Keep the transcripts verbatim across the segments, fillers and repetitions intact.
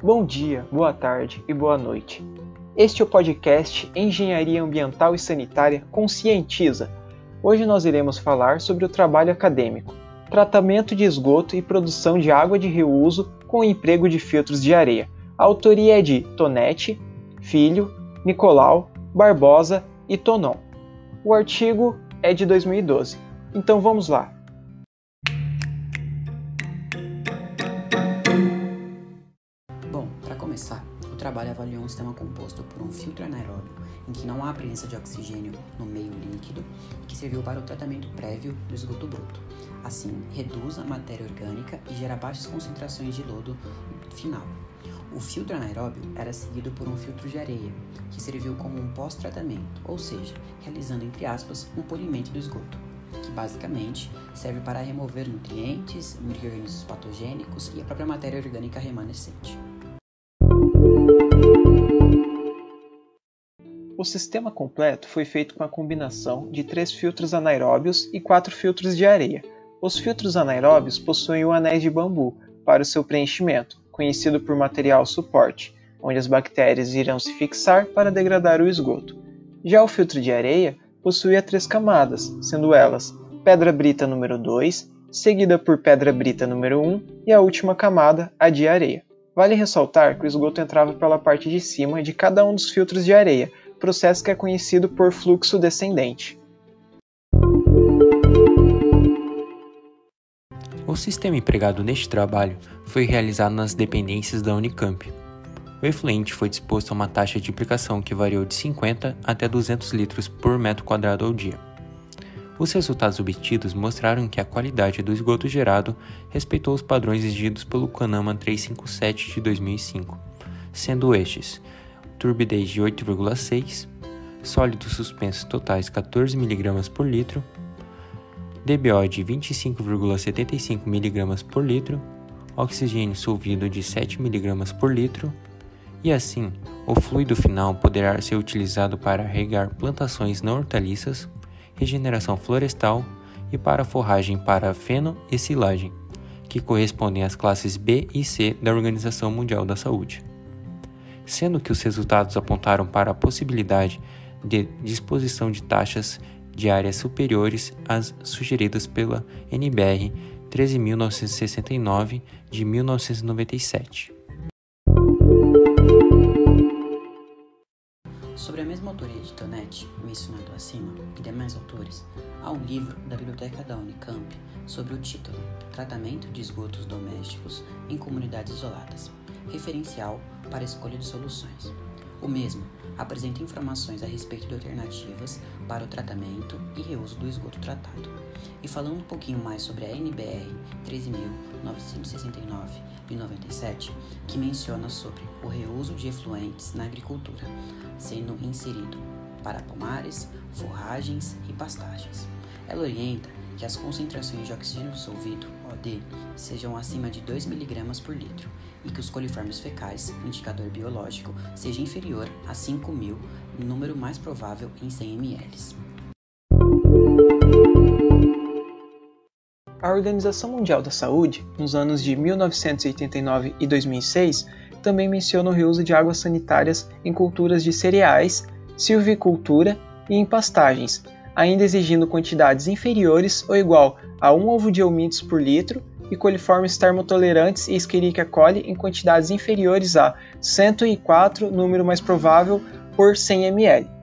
Bom dia, boa tarde e boa noite. Este é o podcast Engenharia Ambiental e Sanitária Conscientiza. Hoje nós iremos falar sobre o trabalho acadêmico, tratamento de esgoto e produção de água de reuso com o emprego de filtros de areia. A autoria é de Tonetti, Filho, Nicolau, Barbosa e Tonon. O artigo é de dois mil e doze. Então vamos lá. Bom, para começar, o trabalho avaliou um sistema composto por um filtro anaeróbio, em que não há presença de oxigênio no meio líquido, que serviu para o tratamento prévio do esgoto bruto. Assim, reduz a matéria orgânica e gera baixas concentrações de lodo no final. O filtro anaeróbio era seguido por um filtro de areia, que serviu como um pós-tratamento, ou seja, realizando, entre aspas, um polimento do esgoto, que basicamente serve para remover nutrientes, micro-organismos patogênicos e a própria matéria orgânica remanescente. O sistema completo foi feito com a combinação de três filtros anaeróbios e quatro filtros de areia. Os filtros anaeróbios possuem o anéis de bambu para o seu preenchimento, conhecido por material suporte, onde as bactérias irão se fixar para degradar o esgoto. Já o filtro de areia possuía três camadas, sendo elas pedra brita número dois, seguida por pedra brita número um e a última camada, a de areia. Vale ressaltar que o esgoto entrava pela parte de cima de cada um dos filtros de areia, processo que é conhecido por fluxo descendente. O sistema empregado neste trabalho foi realizado nas dependências da Unicamp. O efluente foi disposto a uma taxa de aplicação que variou de cinquenta até duzentos litros por metro quadrado ao dia. Os resultados obtidos mostraram que a qualidade do esgoto gerado respeitou os padrões exigidos pelo CONAMA trezentos e cinquenta e sete de dois mil e cinco, sendo estes turbidez de oito vírgula seis, sólidos suspensos totais quatorze miligramas por litro, D B O de vinte e cinco vírgula setenta e cinco miligramas por litro, oxigênio solvido de sete miligramas por litro, e assim, o fluido final poderá ser utilizado para regar plantações não hortaliças, regeneração florestal e para forragem para feno e silagem, que correspondem às classes B e C da Organização Mundial da Saúde. Sendo que os resultados apontaram para a possibilidade de disposição de taxas de áreas superiores às sugeridas pela N B R treze mil novecentos e sessenta e nove de mil novecentos e noventa e sete. Sobre a mesma autoria de Tonetti, mencionado acima, e demais autores, há um livro da Biblioteca da Unicamp sobre o título Tratamento de Esgotos Domésticos em Comunidades Isoladas, referencial para a escolha de soluções. O mesmo apresenta informações a respeito de alternativas para o tratamento e reuso do esgoto tratado. E falando um pouquinho mais sobre a N B R treze mil novecentos e sessenta e nove de noventa e sete, que menciona sobre o reuso de efluentes na agricultura, sendo inserido para pomares, forragens e pastagens. Ela orienta que as concentrações de oxigênio dissolvido, O D, sejam acima de dois miligramas por litro e que os coliformes fecais, indicador biológico, seja inferior a cinco mil, número mais provável em cem mililitros. A Organização Mundial da Saúde, nos anos de mil novecentos e oitenta e nove e dois mil e seis, também menciona o reuso de águas sanitárias em culturas de cereais, silvicultura e em pastagens, ainda exigindo quantidades inferiores ou igual a um ovo de eumídeos por litro e coliformes termotolerantes e Escherichia coli em quantidades inferiores a cento e quatro, número mais provável, por cem mililitros.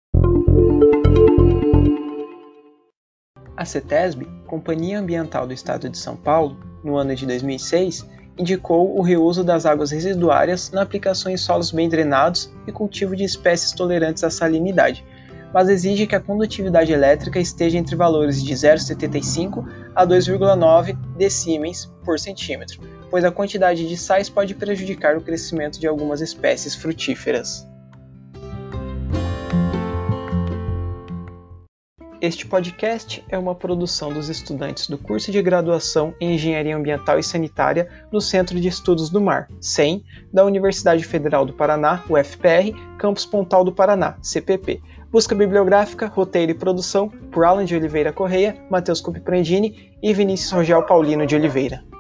A CETESB, Companhia Ambiental do Estado de São Paulo, no ano de dois mil e seis, indicou o reuso das águas residuárias na aplicação em solos bem drenados e cultivo de espécies tolerantes à salinidade, mas exige que a condutividade elétrica esteja entre valores de zero vírgula setenta e cinco a dois vírgula nove decímenes por centímetro, pois a quantidade de sais pode prejudicar o crescimento de algumas espécies frutíferas. Este podcast é uma produção dos estudantes do curso de graduação em Engenharia Ambiental e Sanitária do Centro de Estudos do Mar, C E M, da Universidade Federal do Paraná, U F P R, Campus Pontal do Paraná, C P P. Busca bibliográfica, roteiro e produção por Alan de Oliveira Correia, Matheus Cupiprandini e Vinícius Rogel Paulino de Oliveira.